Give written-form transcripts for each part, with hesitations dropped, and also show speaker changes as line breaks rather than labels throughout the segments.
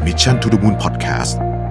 Mission to the Moon Podcast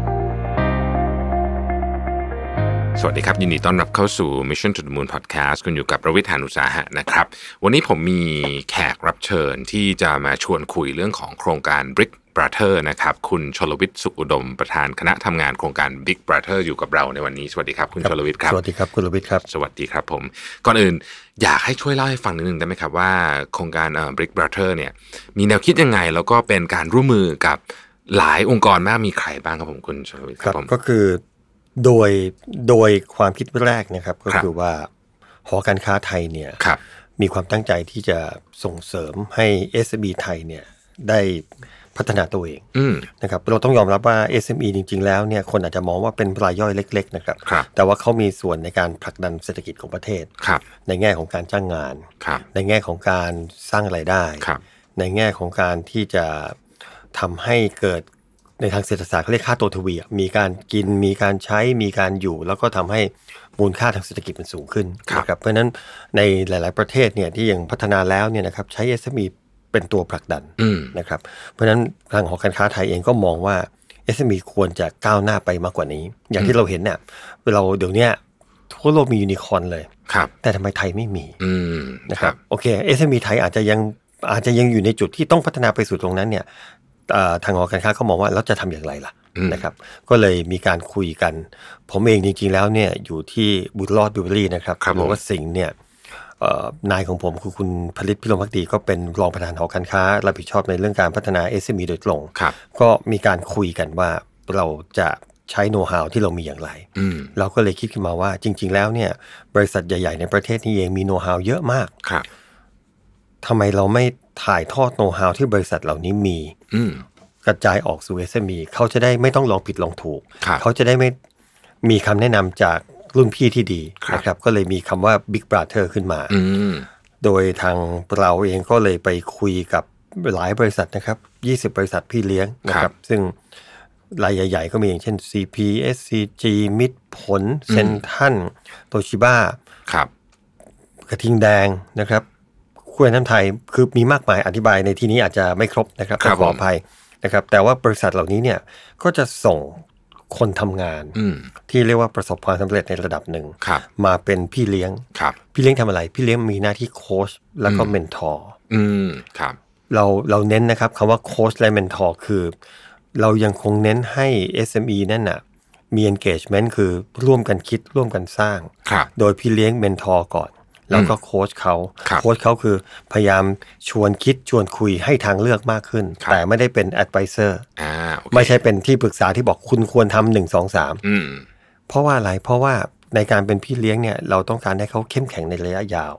สวัสดีครับยินดีต้อนรับเข้าสู่ Mission to the Moon Podcast คุณอยู่กับประวิทย์ หาญอุตสาหะนะครับวันนี้ผมมีแขกรับเชิญที่จะมาชวนคุยเรื่องของโครงการ Big Brother นะครับคุณชลวิทย์ สุขอุดมประธานคณะทำงานโครงการ Big Brother อยู่กับเราในวันนี้สวัสดีครับคุณชลวิทย์ครับ
สวัสดีครับคุณชลวิทย์ครับ
สวัสดีครับผมก่อนอื่นอยากให้ช่วยเล่าให้ฟังนิดนึงได้ไหมครับว่าโครงการ Big Brother เนี่ยมีแนวคิดยังไงแล้วก็เป็นการร่วมมือกับหลายองค์กรมากมีใครบ้างครับผมคุณชลวิทย์ครับผม
ก็คือโดยความคิดแรกนะครับก็คือว่าหอการค้าไทยเนี่ยมีความตั้งใจที่จะส่งเสริมให้ SME ไทยเนี่ยได้พัฒนาตัวเองนะครับเราต้องยอมรับว่า SME จริงๆแล้วเนี่ยคนอาจจะมองว่าเป็นรายย่อยเล็กๆนะครับแต่ว่าเขามีส่วนในการผลักดันเศรษฐกิจของประเทศในแง่ของการจ้างงานในแง่ของการสร้างรายได้ในแง่ของการที่จะทำให้เกิดในทางเศรษฐศาสตร์เขาเรียกค่าตัวทวีมีการกินมีการใช้มีการอยู่แล้วก็ทำให้มูลค่าทางเศรษฐกิจมันสูงขึ้นนะครับเพราะฉะนั้นในหลายๆประเทศเนี่ยที่ยังพัฒนาแล้วเนี่ยนะครับใช้ SME เป็นตัวผลักดันนะครับเพราะฉะนั้นทางหอการค้าไทยเองก็มองว่า SME ควรจะก้าวหน้าไปมากกว่านี้อย่างที่เราเห็นเนี่ยเราเดี๋ยวนี้ทั่วโลกมียูนิคอร์นเลยแต่ทำไมไทยไม่มีนะครับโอเค SME ไทยอาจจะยังอยู่ในจุดที่ต้องพัฒนาไปสู่ตรงนั้นเนี่ยทางหอการค้าเขามองว่าเราจะทำอย่างไรล่ะนะครับก็เลยมีการคุยกันผมเองจริงๆแล้วเนี่ยอยู่ที่บุญรอดบิวเวอรี่นะครับหรือว่าสิงห์เนี่ยนายของผมคือคุณผลิตพิรมภักดีก็เป็นรองประธานหอการค้ารับผิดชอบในเรื่องการพัฒนา SME โดยตรงก็มีการคุยกันว่าเราจะใช้โน้ตฮาวที่เรามีอย่างไรเราก็เลยคิดขึ้นมาว่าจริงๆแล้วเนี่ยบริษัทใหญ่ๆในประเทศนี้เองมีโน้ตฮาวเยอะมากทำไมเราไม่ถ่ายทอดโน้ตฮาวที่บริษัทเหล่านี้มีกระจายออกสู่ SME เขาจะได้ไม่ต้องลองผิดลองถูกเขาจะได้ไม่มีคำแนะนำจากรุ่นพี่ที่ดีนะครับก็เลยมีคำว่า Big Brother ขึ้นมาโดยทางเราเองก็เลยไปคุยกับหลายบริษัทนะครับ20บริษัทพี่เลี้ยงนะครับซึ่งรายใหญ่ๆก็มีอย่างเช่น CP SCG มิตรผลเซ็นทรัลโตชิบ้ากระทิงแดงนะครับคุยน้ำไทยคือมีมากมายอธิบายในที่นี้อาจจะไม่ครบนะครับขออภัยนะครับแต่ว่าบริษัทเหล่านี้เนี่ยก็จะส่งคนทำงานที่เรียกว่าประสบความสำเร็จในระดับหนึ่งมาเป็นพี่เลี้ยงพี่เลี้ยงทำอะไรพี่เลี้ยงมีหน้าที่โค้ชแล้วก็เมนทอร์เราเน้นนะครับคำว่าโค้ชและเมนทอร์คือเรายังคงเน้นให้ SME นั่นน่ะมี engagement คือร่วมกันคิดร่วมกันสร้างโดยพี่เลี้ยงเมนทอร์ก่อนแล้วก็โค้ชเขาคือพยายามชวนคิดชวนคุยให้ทางเลือกมากขึ้นแต่ไม่ได้เป็น advisor ไม่ใช่เป็นที่ปรึกษาที่บอกคุณควรทำ1 2 3เพราะว่าอะไรเพราะว่าในการเป็นพี่เลี้ยงเนี่ยเราต้องการให้เขาเข้มแข็งในระยะยาว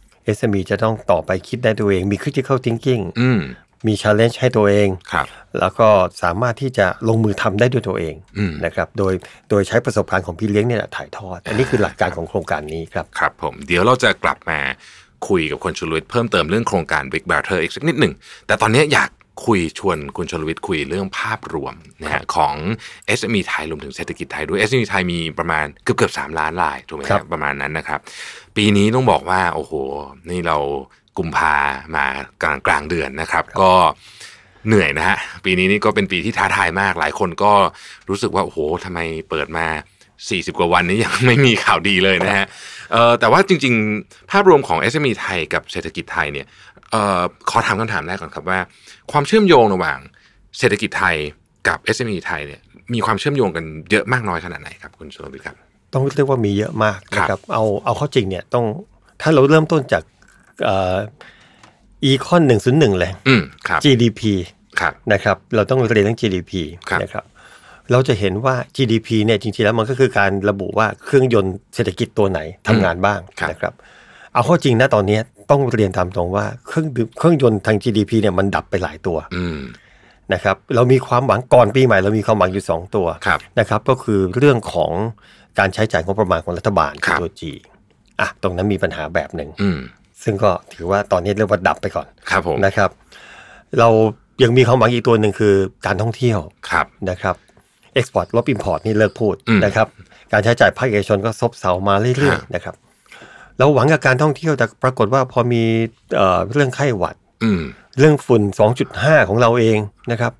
SME จะต้องต่อไปคิดได้ตัวเองมี critical thinking มี challenge ให้ตัวเองแล้วก็สามารถที่จะลงมือทำได้ด้วยตัวเองนะครับโดยใช้ประสบการณ์ของพี่เลี้ยงเนี่ยถ่ายทอดอันนี้คือหลักการของโครงการนี้ครับ
ครับผมเดี๋ยวเราจะกลับมาคุยกับคุณชลวิทย์เพิ่มเติมเรื่องโครงการ Big Brother อีกสักนิดหนึ่งแต่ตอนนี้อยากชวนคุณชลวิทย์คุยเรื่องภาพรวมนะฮะของ SME ไทยรวมถึงเศรษฐกิจไทยด้วย SME ไทยมีประมาณเกือบ3 ล้านรายถูกไหมครับประมาณนั้นนะครับปีนี้ต้องบอกว่าโอ้โหนี่เรากุมภามากลางเดือนนะครับก็เหนื่อยนะฮะปีนี้นี่ก็เป็นปีที่ท้าทายมากหลายคนก็รู้สึกว่าโอ้โหทำไมเปิดมา40 กว่าวันนี้ยังไม่มีข่าวดีเลยนะฮะแต่ว่าจริงๆภาพรวมของ SME ไทยกับเศรษฐกิจไทยเนี่ยขอถามคำถามแรกก่อนครับว่าความเชื่อมโยงระหว่างเศรษฐกิจไทยกับ SME ไทยเนี่ยมีความเชื่อมโยงกันเยอะมากน้อยขนาดไหนครับคุณชลวิทย์ครับ
ต้องเรียกว่ามีเยอะมากนะครับเอาเข้าจริงเนี่ยต้องถ้าเราเริ่มต้นจากEcon 101 เลย GDP นะครับเราต้องเรียนเรื่อง GDP นะครับเราจะเห็นว่า GDP เนี่ยจริงๆแล้วมันก็คือการระบุว่าเครื่องยนต์เศรษฐกิจตัวไหนทำงานบ้างนะครับเอาเข้าจริงนะตอนนี้ต้องเรียนตามตรงว่าเครื่องยนต์ทาง GDP เนี่ยมันดับไปหลายตัวนะครับเรามีความหวังก่อนปีใหม่เรามีความหวังอยู่2ตัวนะครับก็คือเรื่องของการใช้จ่ายงบประมาณของรัฐบาลคือตัว G ตรงนั้นมีปัญหาแบบหนึ่งซึ่งก็ถือว่าตอนนี้เรียกว่าดับไปก่อนนะครับเรายังมีความหวังอีกตัวหนึ่งคือการท่องเที่ยวนะครับ Export ลบ Import นี่เลิกพูดนะครับการใช้จ่ายภาคเอกชนก็ซบเซามาเรื่อยๆนะครับเราหวังกับการท่องเที่ยวแต่ปรากฏว่าพอมีเรื่องไข้หวัดเรื่องฝุ่น 2.5 ของเราเองนะครับ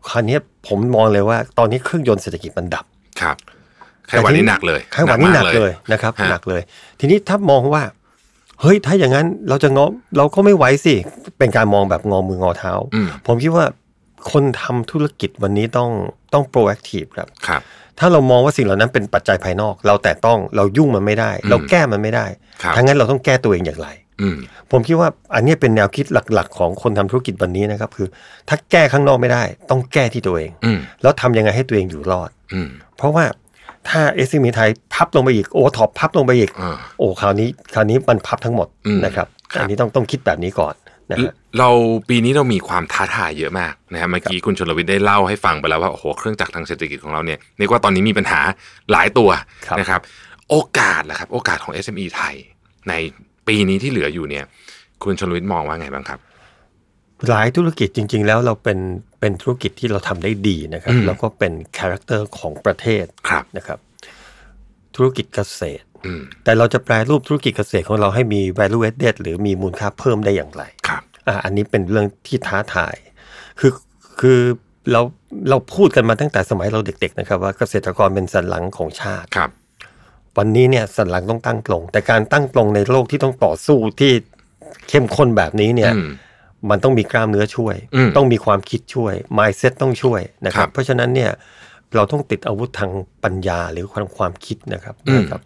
คราวนี้ผมมองเลยว่าตอนนี้เครื่องยนต์เศรษฐกิจมันดับ
ครับไข้หวัดนี่หนักเลย
ไข้หวัดนี่หนักเลยนะครับหนักเลยทีนี้ถ้ามองว่าเฮ้ยถ้าอย่างนั้นเราก็ไม่ไหวสิเป็นการมองแบบงอมืองอเท้าผมคิดว่าคนทำธุรกิจวันนี้ต้อง proactive ครับถ้าเรามองว่าสิ่งเหล่านั้นเป็นปัจจัยภายนอกเราแต่ต้องเรายุ่งมันไม่ได้เราแก้มันไม่ได้ทั้งนั้นเราต้องแก้ตัวเองอย่างไรผมคิดว่าอันนี้เป็นแนวคิดหลักๆของคนทำธุรกิจวันนี้นะครับคือถ้าแก้ข้างนอกไม่ได้ต้องแก้ที่ตัวเองแล้วทำยังไงให้ตัวเองอยู่รอดเพราะว่าถ้า SME ไทยพับลงไปอีกโอท็อปพับลงไปอีกคราวนี้มันพับทั้งหมดนะครับอันนี้ต้องคิดแบบนี้ก่อนนะ
เราปีนี้เรามีความท้าทายเยอะมากนะฮะเมื่อกี้คุณชลวิทย์ได้เล่าให้ฟังไปแล้วว่าโอ้โหเครื่องจักรทางเศรษฐกิจของเราเนี่ยเรียกว่าตอนนี้มีปัญหาหลายตัวนะครับโอกาสล่ะครับโอกาสของ SME ไทยในปีนี้ที่เหลืออยู่เนี่ยคุณชลวิทย์มองว่าไงบ้างครับ
หลายธุรกิจจริงๆแล้วเราเป็นธุรกิจที่เราทำได้ดีนะครับแล้วก็เป็นคาแรคเตอร์ของประเทศนะครับธุรกิจเกษตรแต่เราจะแปรรูปธุรกิจเกษตรของเราให้มี value added หรือมีมูลค่าเพิ่มได้อย่างไรอันนี้เป็นเรื่องที่ท้าทายคือเราพูดกันมาตั้งแต่สมัยเราเด็กๆนะครับว่าเกษตรกรเป็นสันหลังของชาติวันนี้เนี่ยสันหลังต้องตั้งตรงแต่การตั้งตรงในโลกที่ต้องต่อสู้ที่เข้มข้นแบบนี้เนี่ยมันต้องมีกล้ามเนื้อช่วยต้องมีความคิดช่วย mindset ต้องช่วยนะครับเพราะฉะนั้นเนี่ยเราต้องติดอาวุธทางปัญญาหรือความคิดนะครับ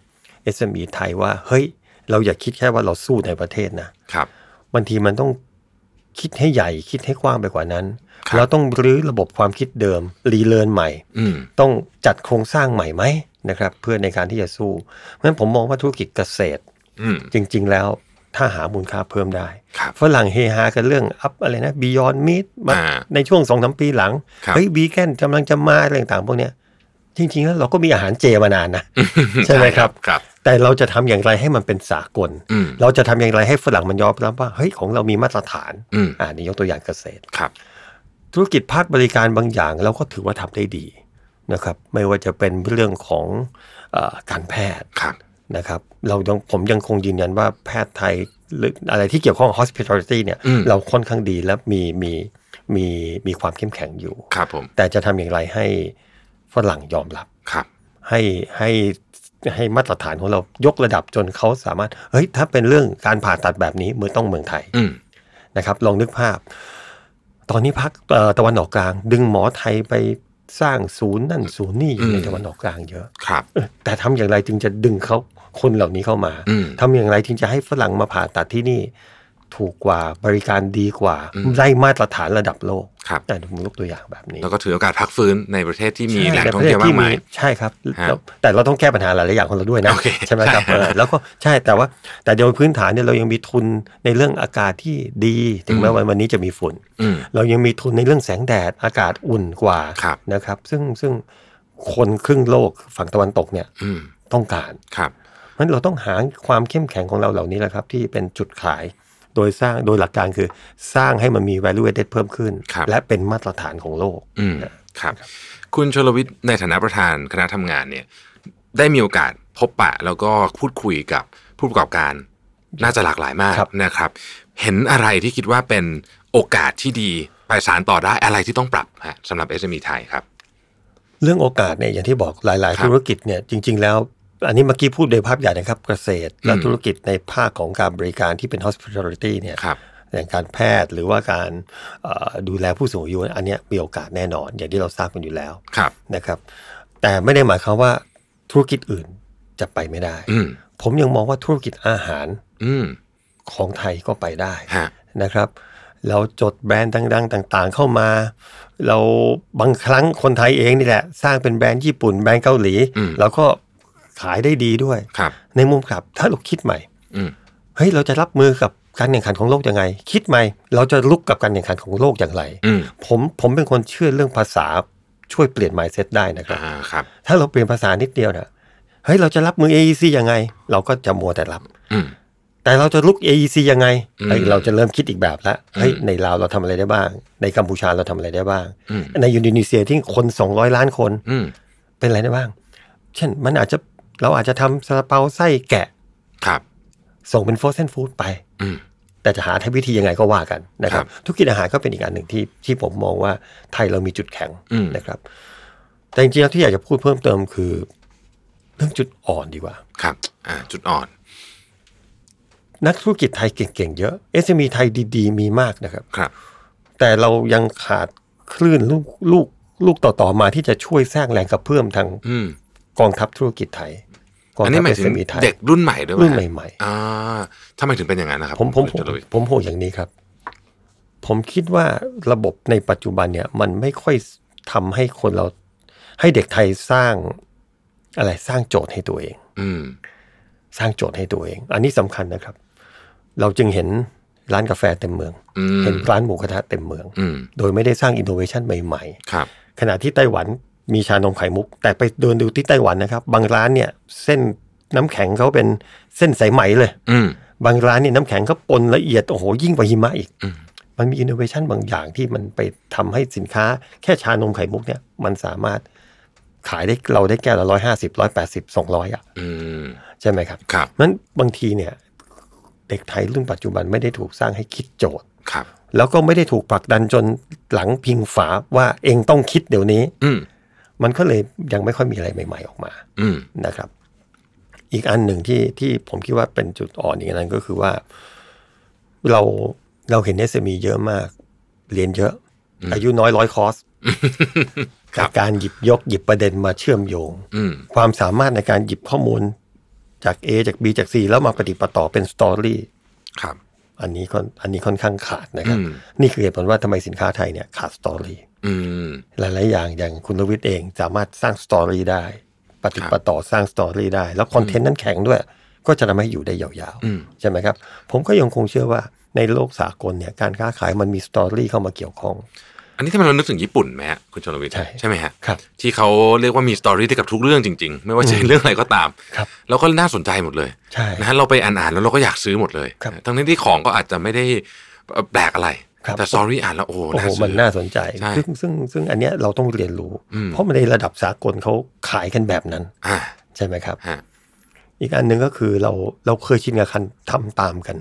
SME ไทยว่าเฮ้ยเราอย่าคิดแค่ว่าเราสู้ในประเทศนะครับบางทีมันต้องคิดให้ใหญ่คิดให้กว้างไปกว่านั้นเราต้องรื้อระบบความคิดเดิมรีเลิร์นใหม่ต้องจัดโครงสร้างใหม่ไหมนะครับเพื่อในการที่จะสู้เพราะฉะนั้นผมมองว่าธุรกิจเกษตรจริงๆแล้วถ้าหามูลค่าเพิ่มได้ฝรั่งเฮฮากันเรื่องอัพอะไรนะ Beyond Meat ในช่วง 2-3 ปีหลังเฮ้ยวีแกนกำลังจะมาอะไรต่างๆพวกเนี้ยจริงๆแล้วเราก็มีอาหารเจมานานนะ ใช่ไหมครับแต่เราจะทำอย่างไรให้มันเป็นสากลเราจะทำอย่างไรให้ฝรั่งมันยอมรับว่าเฮ้ยของเรามีมาตรฐานนี่ยกตัวอย่างเกษตรธุรกิจภาคบริการบางอย่างเราก็ถือว่าทำได้ดีนะครับไม่ว่าจะเป็นเรื่องของการแพทย์นะครับผมยังคงยืนยันว่าแพทย์ไทยหรืออะไรที่เกี่ยวข้องกับ hospitality เนี่ยเราค่อนข้างดีและมีความเข้มแข็งอยู่แต่จะทำอย่างไรให้ฝรั่งยอมรับให้มาตรฐานของเรายกระดับจนเขาสามารถเฮ้ยถ้าเป็นเรื่องการผ่าตัดแบบนี้ต้องเมืองไทยนะครับลองนึกภาพตอนนี้ภาคตะวันออกกลางดึงหมอไทยไปสร้างศูนย์นั่นศูนย์นี่อยู่ในตะวันออกกลางเยอะแต่ทำอย่างไรจึงจะดึงเขาคนเหล่านี้เข้ามาทำอย่างไรถึงจะให้ฝรั่งมาผ่าตัดที่นี่ถูกกว่าบริการดีกว่าได้มาตรฐานระดับโลกผมยกตัวอย่างแบบนี้
แล้วก็ถือโอกาสพักฟื้นในประเทศที่มีแหล่งท่องเที่ยวมากมาย
ใช่ครับแต่เราต้องแก้ปัญหาหลายๆอย่างของเราด้วยนะใช่ไหมครับแล้วก็ใช่แต่โดยพื้นฐานเนี่ยเรายังมีทุนในเรื่องอากาศที่ดีถึงแม้วันนี้จะมีฝุ่นเรายังมีทุนในเรื่องแสงแดดอากาศอุ่นกว่านะครับซึ่งคนครึ่งโลกฝั่งตะวันตกเนี่ยต้องการเพราะฉะนั้นเราต้องหาความเข้มแข็งของเราเหล่านี้แหละครับที่เป็นจุดขายโดยหลักการคือสร้างให้มันมี value added เพิ่มขึ้นและเป็นมาตรฐานของโลก
ครับคุณชลวิทย์ในฐานะประธานคณะทำงานเนี่ยได้มีโอกาสพบปะแล้วก็พูดคุยกับผู้ประกอบการน่าจะหลากหลายมากนะครับเห็นอะไรที่คิดว่าเป็นโอกาสที่ดีไปสานต่อได้อะไรที่ต้องปรับสำหรับ SME ไทยครับ
เรื่องโอกาสเนี่ยอย่างที่บอกหลายๆธุรกิจเนี่ยจริงๆแล้วอันนี้เมื่อกี้พูดโดยภาพใหญ่นะครับเกษตรและธุรกิจในภาคของการบริการที่เป็น hospitality เนี่ยอย่างการแพทย์หรือว่าการดูแลผู้สูงอายุอันนี้มีโอกาสแน่นอนอย่างที่เราทราบกันอยู่แล้วนะครับแต่ไม่ได้หมายความว่าธุรกิจอื่นจะไปไม่ได้ผมยังมองว่าธุรกิจอาหารของไทยก็ไปได้นะครับเราจดแบรนด์ดังๆต่างๆเข้ามาเราบางครั้งคนไทยเองนี่แหละสร้างเป็นแบรนด์ญี่ปุ่นแบรนด์เกาหลีแล้วก็ขายได้ดีด้วยในมุมกลับถ้าเราคิดใหม่เฮ้ยเราจะรับมือกับการแข่งขันของโลกยังไงคิดใหม่เราจะลุกกับการแข่งขันของโลกอย่างไรผมเป็นคนเชื่อเรื่องภาษาช่วยเปลี่ยน mindset ได้นะครับถ้าเราเปลี่ยนภาษานิดเดียวนะเฮ้ยเราจะรับมือ AEC ยังไงเราก็จะมัวแต่รับแต่เราจะลุก AEC ยังไงเราจะเริ่มคิดอีกแบบแล้วเฮ้ยในลาวเราทำอะไรได้บ้างในกัมพูชาเราทำอะไรได้บ้างในอินโดนีเซียที่คน200 ล้านคนเป็นอะไรได้บ้างเช่นเราอาจจะทำซาลาเปาไส้แกะส่งเป็น frozen food ไปแต่แต่จะหาวิธียังไงก็ว่ากันนะครับธุรกิจอาหารก็เป็นอีกอันหนึ่งที่ผมมองว่าไทยเรามีจุดแข็งนะครับแต่จริงๆแล้วที่อยากจะพูดเพิ่มเติมคือเรื่องจุดอ่อนดีกว่า
ครับจุดอ่อน
นักธุรกิจไทยเก่งๆเยอะ SME ไทยดีๆมีมากนะครับ
ครับ
แต่เรายังขาดคลื่นลูกต่อมาที่จะช่วยสร้างแรงกระเพื่อมทางกองทัพธุรกิจไทย
อันนี้หมายถึงเด็กรุ่นใหม่ด้วย
รุ่นใหม่
ๆทำไมถึงเป็นอย่างนั้นนะครับ
ผมโหอย่างนี้ครับผมคิดว่าระบบในปัจจุบันเนี่ยมันไม่ค่อยทำให้คนเราให้เด็กไทยสร้างโจทย์ให้ตัวเองสร้างโจทย์ให้ตัวเองอันนี้สำคัญนะครับเราจึงเห็นร้านกาแฟเต็มเมืองเห็นร้านหมูกระทะเต็มเมืองโดยไม่ได้สร้างอินโนเวชันใหม่ๆขณะที่ไต้หวันมีชานมไข่มุกแต่ไปเดินดูที่ไต้หวันนะครับบางร้านเนี่ยเส้นน้ำแข็งเขาเป็นเส้นสายไหมเลยบางร้านนี่น้ำแข็งเขาปนละเอียดโอ้โหยิ่งกว่าหิมะอีกมันมีอินโนเวชันบางอย่างที่มันไปทำให้สินค้าแค่ชานมไข่มุกเนี่ยมันสามารถขายได้เราได้แก้วละ150 180 200ใช่ไหมครับนั้นบางทีเนี่ยเด็กไทยรุ่นปัจจุบันไม่ได้ถูกสร้างให้คิดโจทย์แล้วก็ไม่ได้ถูกผลักดันจนหลังพิงฝาว่าเองต้องคิดเดี๋ยวนี้มันก็เลยยังไม่ค่อยมีอะไรใหม่ๆออกมานะครับอีกอันหนึ่งที่ผมคิดว่าเป็นจุดอ่อนอีกอันนั้นก็คือว่าเราเห็น SME เยอะมากเรียนเยอะอายุน้อย100 คอร์สกับการหยิบประเด็นมาเชื่อมโยงความสามารถในการหยิบข้อมูลจาก A จาก B จาก C แล้วมาปฏิปต่อเป็นสตอรี่อันนี้ค่อนข้างขาดนะครับนี่คือเหตุผลว่าทำไมสินค้าไทยเนี่ยขาดสตอรี่หลายๆอย่างคุณรวิทย์เองสามารถสร้างสตอรี่ได้ปฏิปต่อสร้างสตอรี่ได้แล้วคอนเทนต์นั้นแข็งด้วยก็จะทำให้อยู่ได้ยาวๆใช่ไหมครับผมก็ยังคงเชื่อว่าในโลกสากลเนี่ยการค้าขายมันมีสตอรี่เข้ามาเกี่ยวข้อง
อันนี้ทำไมเรานึกถึงญี่ปุ่นไหมฮะคุณชลวิทย์ใช่ไหมฮะ
ครับ
ที่เขาเรียกว่ามีสตอรี่ให้กับทุกเรื่องจริงๆไม่ว่าจะเรื่องอะไรก็ตามแล้วก็น่าสนใจหมดเลยนะฮะเราไปอ่านแล้วเราก็อยากซื้อหมดเลยทั้งที่ของก็อาจจะไม่ได้แปลกอะไรแต่สตอรี่อ่านแล้วโอ้โห
มันน่าสนใจซึ่งอันเนี้ยเราต้องเรียนรู้เพราะมันในระดับสากลเขาขายกันแบบนั้นใช่ไหมครับอีกอันหนึ่งก็คือเราเคยชินกับการทำตามกัน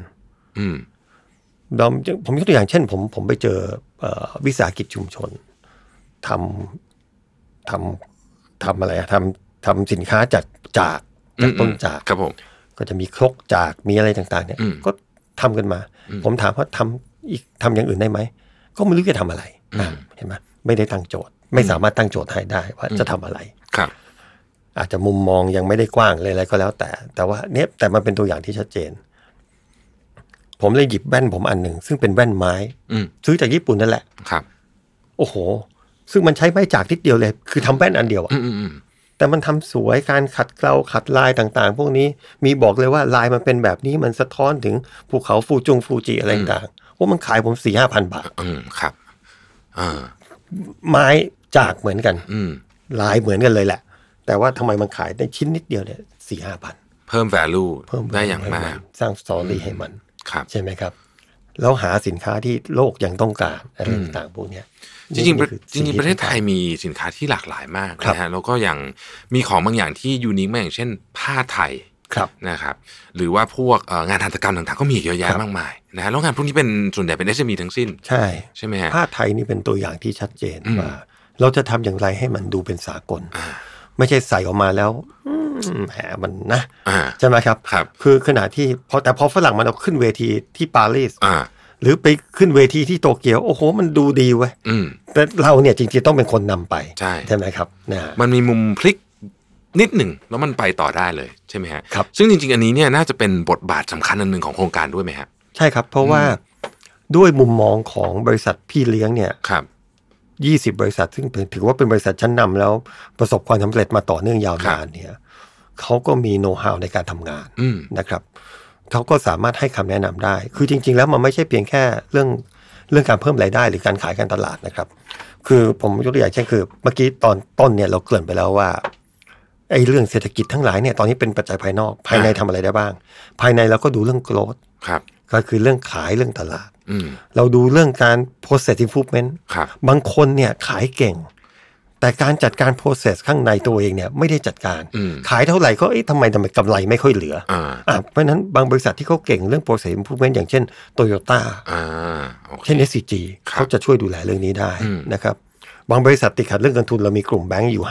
ผมยกตัวอย่างเช่นผมไปเจอวิสาหกิจชุมชนทำอะไรทำสินค้าจากต้นจาก
ครับผม
ก็จะมีครกจากมีอะไรต่างๆเนี่ยก็ทำกันมาผมถามว่าทำอย่างอื่นได้ไหมก็ไม่รู้จะทำอะไรเห็นไหมไม่ได้ตั้งโจทย์ไม่สามารถตั้งโจทย์ให้ได้ว่าจะทำอะไร
ครับ
อาจจะมุมมองยังไม่ได้กว้างเลยอะไรก็แล้วแต่ว่าเนี่ยแต่มันเป็นตัวอย่างที่ชัดเจนผมเลยหยิบแว่นผมอันหนึ่งซึ่งเป็นแว่นไม้ซื้อจากญี่ปุ่นนั่นแหละ
ครับ
โอ้โหซึ่งมันใช้ไม้จากนิดเดียวเลยคือทำแว่นอันเดียวอะแต่มันทำสวยการขัดเกลาขัดลายต่างๆพวกนี้มีบอกเลยว่าลายมันเป็นแบบนี้มันสะท้อนถึงภูเขาฟูจิอะไรต่างๆว่ามันขายผม 4-5,000 บาท
ครับ
ไม้จากเหมือนกันลายเหมือนกันเลยแหละแต่ว่าทำไมมันขายได้ชิ้นนิดเดียวเนี่ย 4-5,000
เพิ่ม value ได้อย่างมาก
สร้างสตอรี่ให้มันใช่ไหมครับแล้วหาสินค้าที่โลกยังต้องการอะไรต่างๆพวกนี้
จริงๆประเทศไทยมีสินค้าที่หลากหลายมากนะฮะแล้วก็อย่างมีของบางอย่างที่ยูนิคมากอย่างเช่นผ้าไทยนะครับหรือว่าพวกงานหัตถกรรมต่างๆก็มีเยอะแยะมากมายนะฮะแล้วงานพวกนี้เป็นส่วนใหญ่เป็น SME ทั้งสิ้นใช่ไหมฮะ
ผ้าไทยนี่เป็นตัวอย่างที่ชัดเจนว่าเราจะทำอย่างไรให้มันดูเป็นสากลไม่ใช่ใส่ออกมาแล้วแหมมันนะใช่ไหมครับคือขณะที่พอฝรั่งมันเอาขึ้นเวทีที่ปารีสหรือไปขึ้นเวทีที่โตเกียวโอ้โหมันดูดีเว้ยแต่เราเนี่ยจริงๆต้องเป็นคนนำไปใช่ไหมครับ
มันมีมุมพลิกนิดหนึ่งแล้วมันไปต่อได้เลยใช่ไหมฮะ
ครับ
ซึ่งจริงๆอันนี้เนี่ยน่าจะเป็นบทบาทสำคัญอันหนึ่งของโครงการด้วยไหมฮะ
ใช่ครับเพราะว่าด้วยมุมมองของบริษัทพี่เลี้ยงเนี่ย20 บริษัทซึ่งถือว่าเป็นบริษัทชั้นนำแล้วประสบความสำเร็จมาต่อเนื่องยาวนานเนี่ยเขาก็มีโน้ตฮาวในการทำงานนะครับเขาก็สามารถให้คำแนะนำได้คือจริงๆแล้วมันไม่ใช่เพียงแค่เรื่องการเพิ่มรายได้หรือการขายการตลาดนะครับคือผมยกตัวอย่างเช่นคือเมื่อกี้ตอนต้นเนี่ยเราเกริ่นไปแล้วว่าไอ้เรื่องเศรษฐกิจทั้งหลายเนี่ยตอนนี้เป็นปัจจัยภายนอกภายในทำอะไรได้บ้างภายในเราก็ดูเรื่อง growth ก็คือเรื่องขายเรื่องตลาดเราดูเรื่องการ process improvement บางคนเนี่ยขายเก่งแต่แต่การจัดการ process ข้างในตัวเองเนี่ยไม่ได้จัดการขายเท่าไหร่ก็ทำไมกำไรไม่ค่อยเหลือเพราะฉะนั้นบางบริษัทที่เขาเก่งเรื่อง process improvement อย่างเช่น Toyota เช่น SCG เขาจะช่วยดูแลเรื่องนี้ได้นะครับบางบริษัทติดขัดเรื่องเงินทุนเรามีกลุ่มแบงก์อยู่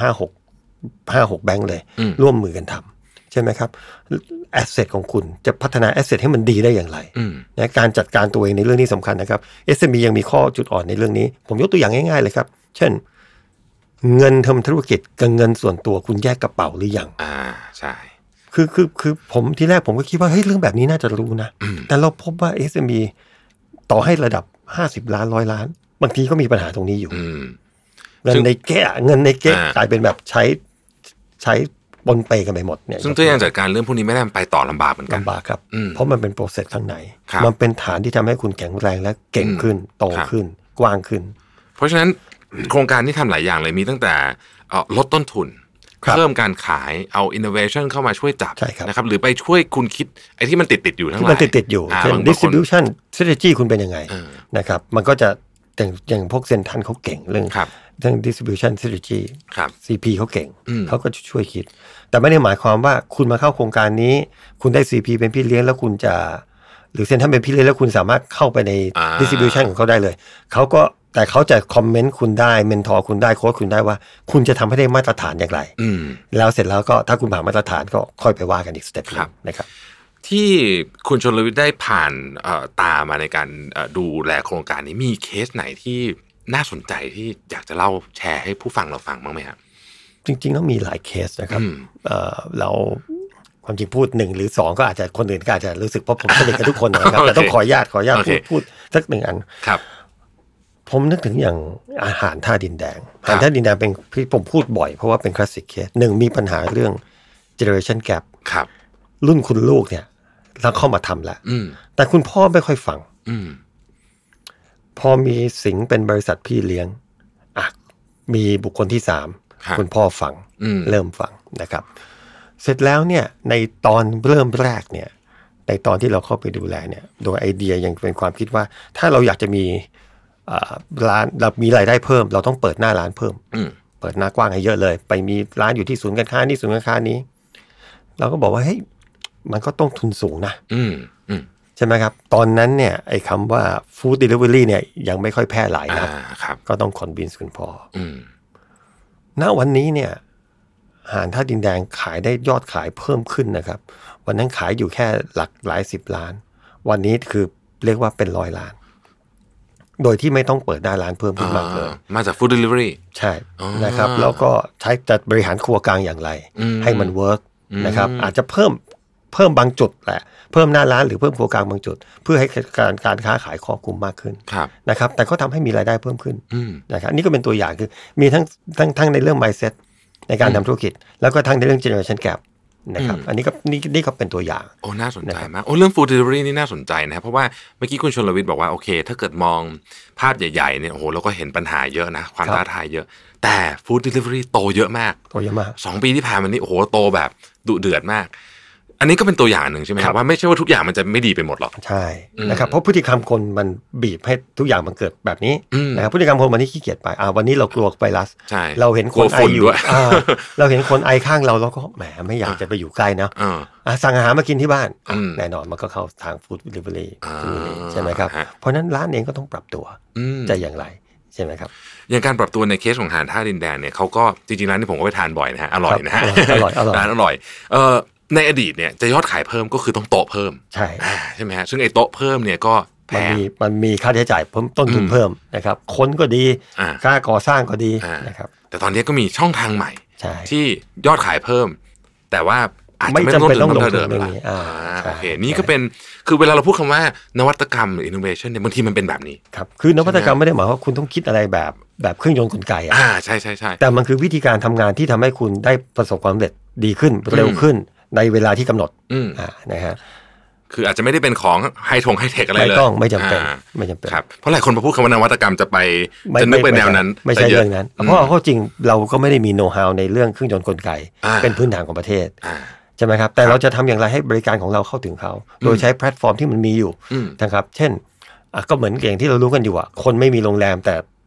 5-6 แบงก์เลยร่วมมือกันทำใช่ไหมครับแอสเซทของคุณจะพัฒนาแอสเซทให้มันดีได้อย่างไรนะการจัดการตัวเองในเรื่องนี้สำคัญนะครับ SME ยังมีข้อจุดอ่อนในเรื่องนี้ผมยกตัวอย่างง่ายๆเลยครับเช่นเงินทำธุรกิจกับเงินส่วนตัวคุณแยกกระเป๋าหรือยัง
ใช่
คือผมที่แรกผมก็คิดว่าเฮ้ยเรื่องแบบนี้น่าจะรู้นะแต่เราพบว่า SME ต่อให้ระดับ50 ล้าน100 ล้านบางทีก็มีปัญหาตรงนี้อยู่เงินในเก๊ะกลายเป็นแบบใช้ปนเปกันไปหมดเนี่ย
ซึ่งตัวอย่างจัดการเรื่องพวกนี้ไม่ได้ไปต่อลำบากเหมือนกัน
ลำบากครับเพราะมันเป็นโปรเซสข้างในมันเป็นฐานที่ทำให้คุณแข็งแรงและเก่งขึ้นโตขึ้นกว้างขึ้น
เพราะฉะนั้นโครงการที่ทำหลายอย่างเลยมีตั้งแต่ลดต้นทุนเพิ่มการขายเอา innovation เข้ามาช่วยจับนะครับหรือไปช่วยคุณคิดไอ้ที่มันติดอยู่ทั้งหลาย
ที่มันติดอยู่เช่น distribution strategy คุณเป็นยังไงนะครับมันก็จะอย่างพวกเซ็นทรัลเขาเก่งเรื่องdistribution strategy CP เขาเก่งเขาก็ช่วยคิดแต่ไม่ได้หมายความว่าคุณมาเข้าโครงการนี้คุณได้ CP เป็นพี่เลี้ยงแล้วคุณจะหรือเซ็นทรัลเป็นพี่เลี้ยงแล้วคุณสามารถเข้าไปใน distribution ของเขาได้เลยแต่เขาจะคอมเมนต์คุณได้เมนทอร์คุณได้โค้ชคุณได้ว่าคุณจะทำให้ได้มาตรฐานอย่างไรแล้วเสร็จแล้วก็ถ้าคุณผ่านมาตรฐานก็ค่อยไปว่ากันอีกสเต็ปนึงนะครับ
ที่คุณชลวิทย์ได้ผ่านตามาในการดูแลโครงการนี้มีเคสไหนที่น่าสนใจที่อยากจะเล่าแชร์ให้ผู้ฟังเราฟังบ้างไหมครับ
จริงๆแล้วมีหลายเคสนะครับเราความจริงพูด1หรือ2ก็อาจจะคนอื่นก็อาจจะรู้สึกเพราะผมสนิทกับทุกคนนะครับแต่ต้องขออนุญาตพูดสัก1อัน
ครับ
ผมนึกถึงอย่างอาหารท่าดินแดงอาหารท่าดินแดงเป็นที่ผมพูดบ่อยเพราะว่าเป็นคลาสสิกเคส1มีปัญหาเรื่อง generation gap
ครับ
รุ่นคุณลูกเนี่ยแล้วเข้ามาทำแล้วแต่คุณพ่อไม่ค่อยฟังพอมีสิงเป็นบริษัทพี่เลี้ยงมีบุคคลที่3คุณพ่อฟังเริ่มฟังนะครับเสร็จแล้วเนี่ยในตอนเริ่มแรกเนี่ยในตอนที่เราเข้าไปดูแลเนี่ยโดยไอเดียยังเป็นความคิดว่าถ้าเราอยากจะมีร้านเรามีรายได้เพิ่มเราต้องเปิดหน้าร้านเพิ่มเปิดหน้ากว้างให้เยอะเลยไปมีร้านอยู่ที่ศูนย์การค้านี่ศูนย์การค้านี้เราก็บอกว่าเฮ้ยมันก็ต้องทุนสูงนะใช่ไหมครับตอนนั้นเนี่ยไอ้คำว่า food delivery เนี่ยยังไม่ค่อยแพร่หลายนะก็ต้อง convince คุณพ่อณวันนี้เนี่ยอาหารท่าดินแดงขายได้ยอดขายเพิ่มขึ้นนะครับวันนั้นขายอยู่แค่หลักหลาย10 ล้านวันนี้คือเรียกว่าเป็น100 ล้านโดยที่ไม่ต้องเปิดหน้าร้านเพิ่มขึ้นมากเลย
มาจาก food delivery
ใช่นะครับแล้วก็ใช้จัดบริหารครัวกลางอย่างไรให้มันเวิร์กนะครับอาจจะเพิ่มบางจุดแหละเพิ่มหน้าร้านหรือเพิ่มครัวกลางบางจุดเพื่อให้การค้าขายครอบคลุมมากขึ้นนะครับแต่ก็ทำให้มีรายได้เพิ่มขึ้นนะครับนี่ก็เป็นตัวอย่างคือมีทั้งในเรื่อง mindset ในการทำธุรกิจแล้วก็ทั้งในเรื่อง generation gap นะครับอันนี้ก็นี่ก็เป็นตัวอย่าง
โอ้น่าสนใจมากโอ้เรื่อง food delivery นี่น่าสนใจนะเพราะว่าเมื่อกี้คุณชลวิทย์บอกว่าโอเคถ้าเกิดมองภาพใหญ่ๆเนี่ยโอ้โหเราก็เห็นปัญหาเยอะนะความท้าทายเยอะแต่ food delivery โตเยอะมาก2 ปีที่ผ่านมานี่โอ้โหโตแบบดุเดือดมากอันนี้ก็เป็นตัวอย่างหนึ่งใช่ไหมครับว่าไม่ใช่ว่าทุกอย่างมันจะไม่ดีไปหมดหรอก
ใช่นะครับเพราะพฤติกรรมคนมันบีบให้ทุกอย่างมันเกิดแบบนี้นะครับพฤติกรรมคนวันนี้ขี้เกียจไปวันนี้เรากลัวไวรัสเราเห็นคนไออยู่เราเห็นคนไอข้างเราก็แหมไม่อยากจะไปอยู่ใกล้นะสั่งอาหารมากินที่บ้านแน่นอนมันก็เข้าทางฟู้ดเดลิเวอรี่ใช่ไหมครับเพราะนั้นร้านเองก็ต้องปรับตัวจะอย่างไรใช่ไหมครับ
อย่างการปรับตัวในเคสของอาหารท่าดินแดงเนี่ยเขาก็จริงๆร้านที่ผมก็ไปทานบ่อยนะฮะอร่อยนะฮะร้านอร่อยในอดีตเนี่ยจะยอดขายเพิ่มก็คือต้องโต๊ะเพิ่มใช่ไหมฮะซึ่งไอ้โต๊ะเพิ่มเนี่ยก็แพง
มันมีค่าใช้จ่ายเพิ่มต้นทุนเพิ่มนะครับคนก็ดีค่าก่อสร้างก็ดีนะครับ
แต่ตอนนี้ก็มีช่องทางใหม่ที่ยอดขายเพิ่มแต่ว่าอาจจะไม่
จำเป็นต้องลงทุน
โอเคนี่ก็เป็นคือเวลาเราพูดคำว่านวัตกรรมหรือ innovation เนี่ยบางทีมันเป็นแบบนี้
ครับคือนวัตกรรมไม่ได้หมายว่าคุณต้องคิดอะไรแบบเครื่องยนต์กลไก
ใช่
แต่มันคือวิธีการทำงานที่ทำให้คุณได้ประสบความสำเร็จดีขึ้นเร็วขึ้นในเวลาที่กำหนดนะฮะ
คืออาจจะไม่ได้เป็นของไฮเทคอะไรเลย
ไม่จำเป็น
ครับเพราะหลายคนพอพูดคำว่านวัตกรรมจะนึกไปแนวนั้น
ไม่ใช่เรื่องนั้นเพราะเอาเข้าจริงเราก็ไม่ได้มีโน้ตฮาวในเรื่องเครื่องยนต์กลไกเป็นพื้นฐานของประเทศใช่ไหมครับแต่เราจะทำอย่างไรให้บริการของเราเข้าถึงเขาโดยใช้แพลตฟอร์มที่มันมีอยู่นะครับเช่นก็เหมือนอย่างที่เรารู้กันอยู่คนไม่มีโรงแรมแต่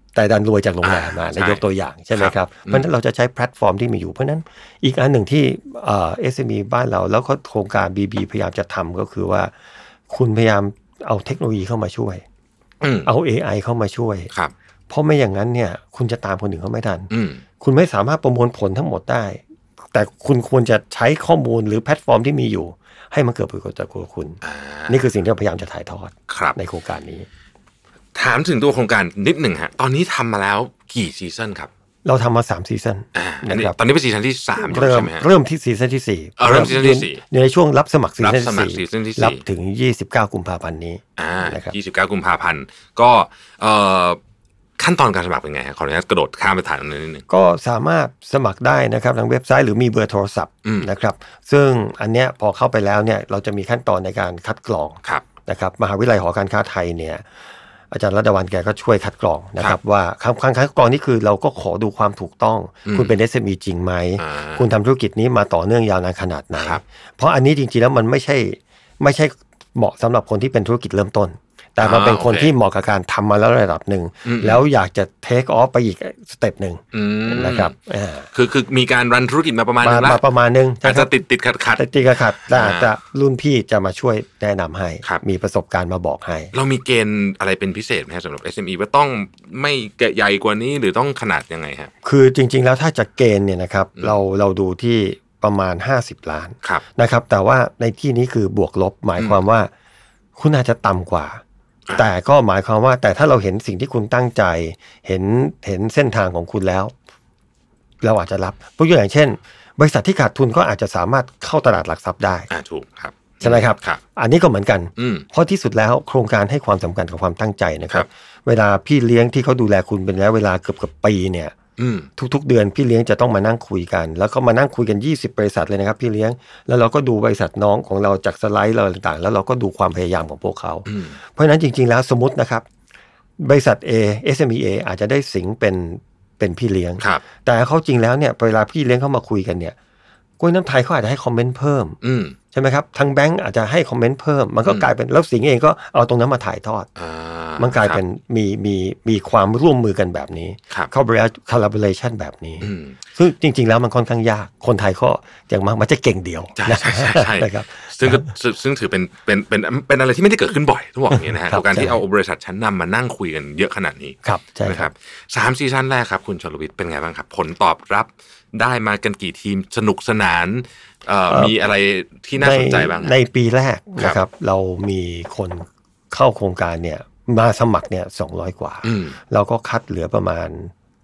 แต่ดันรวยจากโรงแรมในยกตัวอย่างใช่ไหมครับเพราะฉะนั้นเราจะใช้แพลตฟอร์มที่มีอยู่เพราะนั้นอีกอันหนึ่งที่SME บ้านเราแล้วก็โครงการ BB พยายามจะทำก็คือว่าคุณพยายามเอาเทคโนโลยีเข้ามาช่วยเอา AI เข้ามาช่วยเพราะไม่อย่างนั้นเนี่ยคุณจะตามคนอื่นเขาไม่ทันคุณไม่สามารถประมวลผลทั้งหมดได้แต่คุณควรจะใช้ข้อมูลหรือแพลตฟอร์มที่มีอยู่ให้มันเกิดประโยชน์จากคุณนี่คือสิ่งที่เราพยายามจะถ่ายทอดในโครงการนี้
ถามถึงตัวโครงการนิดหนึ่งฮะตอนนี้ทำมาแล้วกี่ซีซั่นครับ
เราทำมา3ซีซั่น
นะครับตอนนี้เป็นซีซั่นที่3ใช่ไหมฮะ
เริ่มที่ซีซั่นที่4
เริ่มซีซั่นที่4
ในช่วงรับสมัครซีซั่นที่4รับถึง29กุมภาพันธ์นี้
นะครับ29กุมภาพันธ์ก็ขั้นตอนการสมัครเป็นไงขออนุญาตกระโดดข้ามไปถามนิดนึง
ก็สามารถสมัครได้นะครับทางเว็บไซต์หรือมีเบอร์โทรศัพท์นะครับซึ่งอันเนี้ยพอเข้าไปแล้วเนี่ยเราจะมีขั้นตอนในการคัดกรองนะครับมหาวิทยาลัยหอการค้าไทยเนี่ยอาจารย์รัตดาวันแกก็ช่วยคัดกรองนะครับว่าครั้งคัดกรองนี่คือเราก็ขอดูความถูกต้องคุณเป็น SME จริงไหมคุณทำธุรกิจนี้มาต่อเนื่องยาวนานขนาดไหนเพราะอันนี้จริงๆแล้วมันไม่ใช่เหมาะสำหรับคนที่เป็นธุรกิจเริ่มต้นแต่มันเป็นคนที่เหมาะกับการทำมาแล้วระดับหนึ่งแล้วอยากจะเทคออฟไปอีกสเต็ปหนึ่งนะครับ
คือมีการรันธุรกิจมาประมาณนึงแล้ว
ประมาณนึง
อาจจะติดขัด
แต่อาจจะรุ่นพี่จะมาช่วยแนะนำให้มีประสบการณ์มาบอกให้
เรามีเกณฑ์อะไรเป็นพิเศษไหมครับสำหรับ SME ว่าต้องไม่ใหญ่กว่านี้หรือต้องขนาดยังไงฮะ
คือจริงๆแล้วถ้าจะเกณฑ์เนี่ยนะครับเราดูที่ประมาณ50 ล้านนะครับแต่ว่าในที่นี้คือบวกลบหมายความว่าคุณอาจจะต่ำกว่าแต่ก็หมายความว่าแต่ถ้าเราเห็นสิ่งที่คุณตั้งใจเห็นเส้นทางของคุณแล้วเราอาจจะรับตัวอย่างเช่นบริษัทที่ขาดทุนก็อาจจะสามารถเข้าตลาดหลักทรัพย์ได้
ถูกครับ
ใช่ไหมครับอันนี้ก็เหมือนกันเพราะที่สุดแล้วโครงการให้ความสำคัญกับความตั้งใจนะครับเวลาพี่เลี้ยงที่เขาดูแลคุณเป็นแล้วเวลาเกือบปีเนี่ยทุกๆเดือนพี่เลี้ยงจะต้องมานั่งคุยกันแล้วก็มานั่งคุยกัน20บริษัทเลยนะครับพี่เลี้ยงแล้วเราก็ดูบริษัทน้องของเราจากสไลด์เราต่างๆแล้วเราก็ดูความพยายามของพวกเขาเพราะฉะนั้นจริงๆแล้วสมมตินะครับบริษัท A SME A อาจจะได้สิงเป็นพี่เลี้ยงแต่เขาจริงแล้วเนี่ยเวลาพี่เลี้ยงเข้ามาคุยกันเนี่ยกล้วยน้ำไทยเขาอาจจะให้คอมเมนต์เพิ่มใช่ไหมครับทางแบงก์อาจจะให้คอมเมนต์เพิ่มมันก็กลายเป็นแล้วสิงเองก็เอาตรงนั้นมาถ่ายทอดมันกลายเป็นมีความร่วมมือกันแบบนี้collaboration แบบนี้ซึ่งจริงๆแล้วมันค่อนข้างยากคนไทยก็อย่างมากมันจะเก่งเดียว
ใช่นะครับซึ่งถือเป็นอะไรที่ไม่ได้เกิดขึ้นบ่อยต้องบอกอย่างนี้นะฮะการที่เอาบริษัทชั้นนำมานั่งคุยกันเยอะขนาดนี้
นะครับ
3ซีซั่นแรกครับคุณชลวิทย์เป็นไงบ้างครับผลตอบรับได้มากันกี่ทีมสนุกสนานมีอะไรที่น่าสนใจบ้าง
ในปีแรกนะครับเรามีคนเข้าโครงการเนี่ยมาสมัครเนี่ย200 กว่าเราก็คัดเหลือประมาณ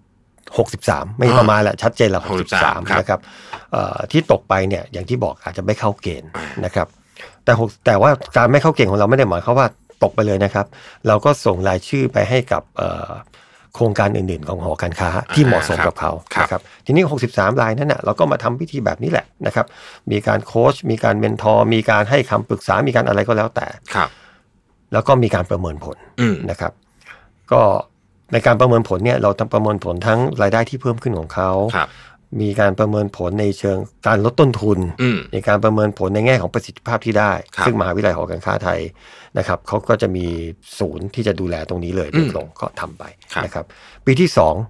63ไม่ประมาณแหละชัดเจนแล้ว63นะครับที่ตกไปเนี่ยอย่างที่บอกอาจจะไม่เข้าเกณฑ์นะครับแต่ว่าการไม่เข้าเกณฑ์ของเราไม่ได้หมายความว่าตกไปเลยนะครับเราก็ส่งรายชื่อไปให้กับโครงการอื่นๆของหอการค้าที่เหมาะสมกับเขานะครับทีนี้63รายนั้นน่ะเราก็มาทำพิธีแบบนี้แหละนะครับมีการโค้ชมีการเมนทอร์มีการให้คำปรึกษามีการอะไรก็แล้วแต่แล้วก็มีการประเมินผลนะครับก็ในการประเมินผลเนี่ยเราประเมินผลทั้งรายได้ที่เพิ่มขึ้นของเขามีการประเมินผลในเชิงการลดต้นทุนในการประเมินผลในแง่ของประสิทธิภาพที่ได้ซึ่งมหาวิทยาลัยหอการค้าไทยนะครับเขาก็จะมีศูนย์ที่จะดูแลตรงนี้เลยโดยตรงก็ทำไปนะครับปีที่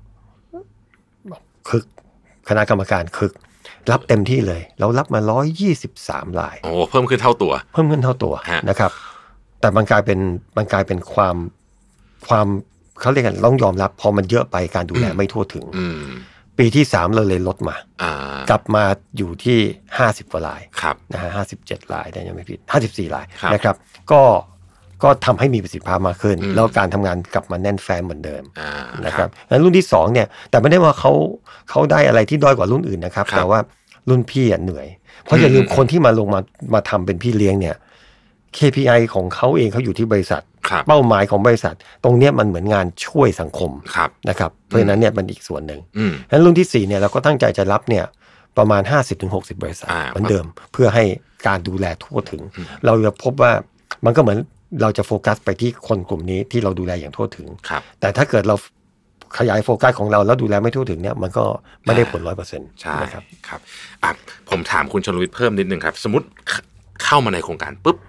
2คึกคณะกรรมการคึกรับเต็มที่เลยเรารับมา123ราย
โอ้เพิ่มขึ้นเท่าตัว
นะครับแต่มันกลายเป็นความเขาเรียกกันต้องยอมรับพอมันเยอะไปการดูแลไม่ทั่วถึงปีที่3เราเลยลดมากลับมาอยู่ที่50 กว่ารายนะฮะ57รายได้ยังไม่ผิด54รายนะครับก็ทำให้มีประสิทธิภาพมากขึ้นแล้วการทำงานกลับมาแน่นแฟ้มเหมือนเดิมนะครับงั้นรุ่นที่2เนี่ยแต่ไม่ได้ว่าเขาได้อะไรที่ด้อยกว่ารุ่นอื่นนะครับแต่ว่ารุ่นพี่เหนื่อยเพราะอย่าลืมคนที่มาทำเป็นพี่เลี้ยงเนี่ย KPI ของเขาเองเขาอยู่ที่บริษัทเป้าหมายของบริษัทตรงนี้มันเหมือนงานช่วยสังคมนะครับเพราะฉะนั้นเนี่ยมันอีกส่วนหนึ่งงั้นรุ่นที่4เนี่ยเราก็ตั้งใจจะรับเนี่ยประมาณ 50-60 บริษัทเหมือนเดิมเพื่อให้การดูแลทั่วถึงเราจะพบว่ามันก็เหมือนเราจะโฟกัสไปที่คนกลุ่มนี้ที่เราดูแลอย่างทั่วถึงแต่ถ้าเกิดเราขยายโฟกัสของเราแล้วดูแลไม่ทั่วถึงเนี่ยมันก็ไม่ได้ผล 100%
ใช่ครับผมถามคุณชลวิทย์เพิ่มนิดนึงครับสมมติเข้ามาในโครงการปุ๊บ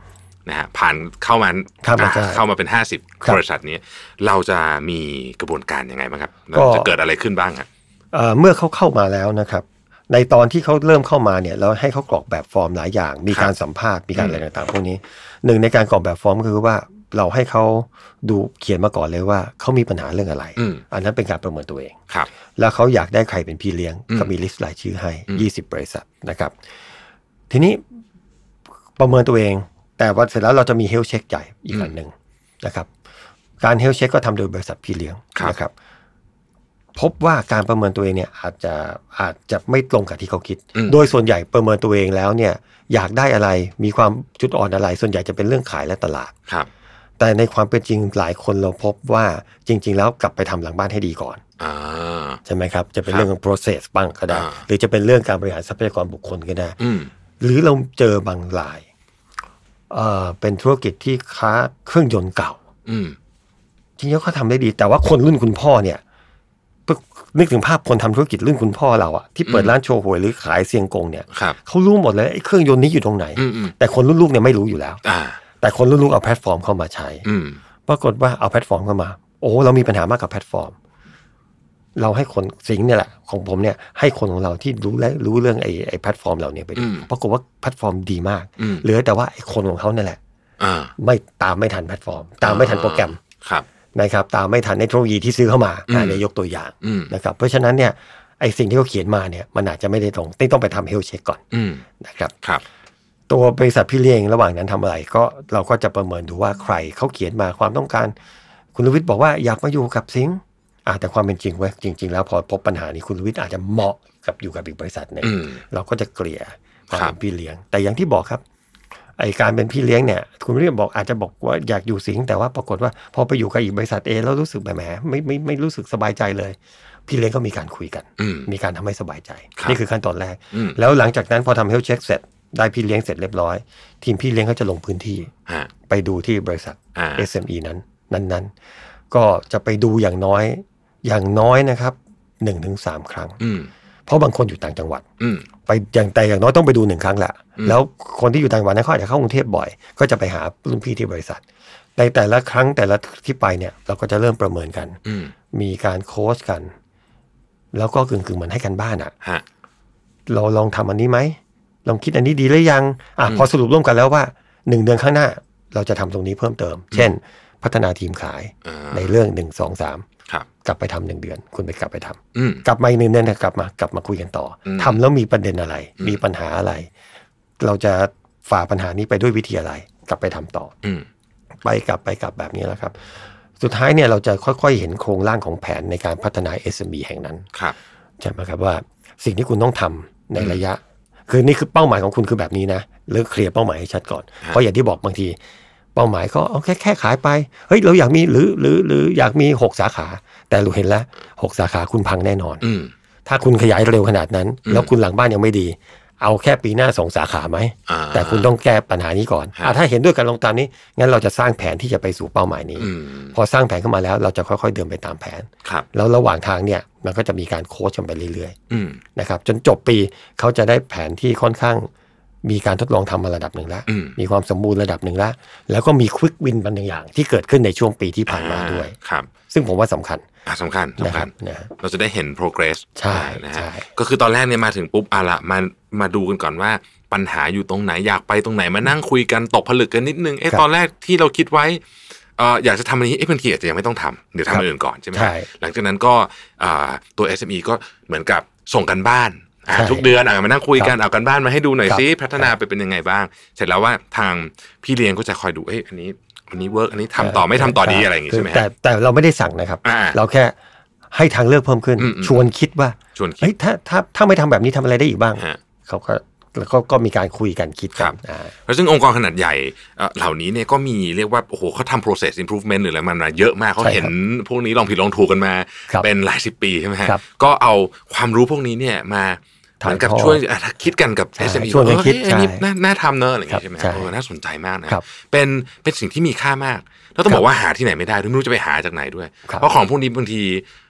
นะฮะผ่านเข้ามาเป็น50บริษัทนี้เราจะมีกระบวนการยังไงบ้างครับจะเกิดอะไรขึ้นบ้างครับ
เมื่อเขาเข้ามาแล้วนะครับในตอนที่เขาเริ่มเข้ามาเนี่ยเราให้เขากรอกแบบฟอร์มหลายอย่างมีการสัมภาษณ์มีการอะไรต่างๆพวกนี้หนึ่งในการกรอกแบบฟอร์มก็คือว่าเราให้เขาดูเขียนมาก่อนเลยว่าเขามีปัญหาเรื่องอะไรอันนั้นเป็นการประเมินตัวเองแล้วเขาอยากได้ใครเป็นพี่เลี้ยงก็มีลิสต์รายชื่อให้20บริษัทนะครับทีนี้ประเมินตัวเองแต่ว่าเสร็จแล้วเราจะมีเฮลท์เช็คใหญ่อีกอันหนึ่งนะครับการเฮลท์เช็คก็ทำโดยบริษัทพี่เลี้ยงนะครับพบว่าการประเมินตัวเองเนี่ยอาจจะไม่ตรงกับที่เขาคิดโดยส่วนใหญ่ประเมินตัวเองแล้วเนี่ยอยากได้อะไรมีความจุดอ่อนอะไรส่วนใหญ่จะเป็นเรื่องขายและตลาดแต่ในความเป็นจริงหลายคนเราพบว่าจริงๆแล้วกลับไปทำหลังบ้านให้ดีก่อนใช่ไหมครับจะเป็นเรื่องของ process บ้างก็ได้หรือจะเป็นเรื่องการบริหารทรัพยากรบุคคลก็ได้หรือเราเจอบางรายเป็นธุรกิจที่ค้าเครื่องยนต์เก่าจริงๆเขาทำได้ดีแต่ว่าคนรุ่นคุณพ่อเนี่ยนึกถึงภาพคนทำธุรกิจรุ่นคุณพ่อเราอะที่เปิดร้านโชว์หวยหรือขายเซียงกงเนี่ยเขารู้หมดเลยไอ้เครื่องยนต์นี้อยู่ตรงไหนแต่คนรุ่นลูกเนี่ยไม่รู้อยู่แล้วแต่คนรุ่นลูกเอาแพลตฟอร์มเข้ามาใช้ปรากฏว่าเอาแพลตฟอร์มเข้ามาโอ้เรามีปัญหามากกับแพลตฟอร์มเราให้คนสิงเนี่ยแหละของผมเนี่ยให้คนของเราที่รู้เรื่องไอ้แพลตฟอร์มเหล่านี้ไปดูปรากฏว่าแพลตฟอร์มดีมากเหลือแต่ว่าไอ้คนของเขานั่นแหละไม่ทันแพลตฟอร์มตามไม่ทันโปรแกรมนะครับตามไม่ทันเทคโนโลยีที่ซื้อเข้ามาเนี่ยยกตัวอย่างนะครับเพราะฉะนั้นเนี่ยไอ้สิ่งที่เขาเขียนมาเนี่ยมันอาจจะไม่ได้ตรงต้องไปทำเฮลท์เช็คก่อนนะครับตัวบริษัทพี่เลี้ยงระหว่างนั้นทำอะไรก็เราก็จะประเมินดูว่าใครเขาเขียนมาความต้องการคุณลวิทย์บอกว่าอยากมาอยู่กับสิงห์แต่ความเป็นจริงเว้ยจริงๆแล้วพอพบปัญหานี้คุณลวิทย์อาจจะเหมาะกับอยู่กับอีกบริษัทนึงเราก็จะเกลี่ยความเป็นพี่เลี้ยงแต่อย่างที่บอกครับไอการเป็นพี่เลี้ยงเนี่ยคุณลวิทย์บอกอาจจะบอกว่าอยากอยู่สิงห์แต่ว่าปรากฏว่าพอไปอยู่กับอีกบริษัทแล้วรู้สึกแบบแหมไม่รู้สึกสบายใจเลยพี่เลี้ยงก็มีการคุยกันมีการทำให้สบายใจนี่คือขั้นตอนแรกแล้วหลังจากนั้นพอทำเฮลท์เช็คเสร็จได้พี่เลี้ยงเสร็จเรียบร้อยทีมพี่เลี้ยงเขาจะลงพื้นที่ไปดูที่บริษัท SME นั้นก็จะไปดูอย่างน้อยนะครับ 1-3 ครั้งเพราะบางคนอยู่ต่างจังหวัดไปอย่างน้อยต้องไปดู1ครั้งแหละแล้วคนที่อยู่ต่างจังหวัดนั้นเขาอาจจะเข้ากรุงเทพบ่อยก็จะไปหารุ่นพี่ที่บริษัทในแต่ละครั้งแต่ละที่ไปเนี่ยเราก็จะเริ่มประเมินกันมีการโค้ชกันแล้วก็กึ่งเหมือนให้กันบ้านเราลองทำอันนี้ไหมลองคิดอันนี้ดีหรือยังพอสรุปร่วมกันแล้วว่า1เดือนข้างหน้าเราจะทำตรงนี้เพิ่มเติมเช่นพัฒนาทีมขายในเรื่อง1 2 3กลับไปทำ1เดือนคุณไปกลับไปทำกลับมาอีก1เดือนกลับมาคุยกันต่อทำแล้วมีประเด็นอะไรมีปัญหาอะไรเราจะฝ่าปัญหานี้ไปด้วยวิธีอะไรกลับไปทำต่อไปกลับแบบนี้แล้วครับสุดท้ายเนี่ยเราจะค่อยๆเห็นโครงร่างของแผนในการพัฒนา SME แห่งนั้นใช่ไหมครับว่าสิ่งที่คุณต้องทำในระยะคือนี่คือเป้าหมายของคุณคือแบบนี้นะเลิกเคลียร์เป้าหมายให้ชัดก่อนเพราะอย่างที่บอกบางทีเป้าหมายก็เอาแค่ขายไปเฮ้ยเราอยากมีหรืออยากมี6สาขาแต่เราเห็นแล้ว6สาขาคุณพังแน่นอนถ้าคุณขยายเร็วขนาดนั้นแล้วคุณหลังบ้านยังไม่ดีเอาแค่ปีหน้า2สาขาไหมแต่คุณต้องแก้ปัญหานี้ก่อนถ้าเห็นด้วยกันลงตามนี้งั้นเราจะสร้างแผนที่จะไปสู่เป้าหมายนี้พอสร้างแผนเข้ามาแล้วเราจะค่อยๆเดินไปตามแผนแล้วระหว่างทางเนี่ยมันก็จะมีการโค้ชกันไปเรื่อยๆนะครับจนจบปีเขาจะได้แผนที่ค่อนข้างมีการทดลองทำมาระดับหนึ่งแล้วมีความสมบูรณ์ระดับหนึ่งแล้วก็มีควิกวินบางอย่างที่เกิดขึ้นในช่วงปีที่ผ่านมาด้วยซึ่งผมว่าสำคัญเราจะได้เห็น progress ใช่นะฮะก็คือตอนแรกเนี่ยมาถึงปุ๊บละมาดูกันก่อนว่าปัญหาอยู่ตรงไหนอยากไปตรงไหนมานั่งคุยกันตกผลึกกันนิดนึงตอนแรกที่เราคิดไว้อยากจะทำอันนี้บางทีอาจจะยังไม่ต้องทำเดี๋ยวทำอันอื่นก่อนใช่ไหมหลังจากนั้นก็ตัว SME ก็เหมือนกับส่งกันบ้านทุกเดือนมานั่งคุยกันเอากันบ้านมาให้ดูหน่อยซิพัฒนาไปเป็นยังไงบ้างเสร็จแล้วว่าทางพี่เลี้ยงก็จะคอยดูอันนี้เวิร์กอันนี้ทำต่อไม่ทำต่อดีอะไรอย่างงี้ใช่ไหมแต่เราไม่ได้สั่งนะครับเราแค่ให้ทางเลือกเพิ่มขึ้นชวนคิดว่าถ้าไม่ทำแบบนี้ทำอะไรได้อีกบ้างเขาก็มีการคุยกันคิดกันแล้วซึ่งองค์กรขนาดใหญ่เหล่านี้เนี่ยก็มีเรียกว่าโอ้โหเขาทำ process improvement หรืออะไรมันมาเยอะมากเขาเห็นพวกนี้ลองผิดลองถูกกันมาเป็นหลาย10 ปีใช่ไหมฮะก็เอาความรู้พวกนี้เนี่ยมาเหมือนกับช่วยคิดกันกับ SME ช่วยกันคิด
อันนี้น่าทำเนอะอะไรอย่างงี้ใช่ไหมน่าสนใจมากนะครับเป็นสิ่งที่มีค่ามากแล้วต้องบอกว่าหาที่ไหนไม่ได้ไม่รู้จะไปหาจากไหนด้วยเพราะของพวกนี้บางที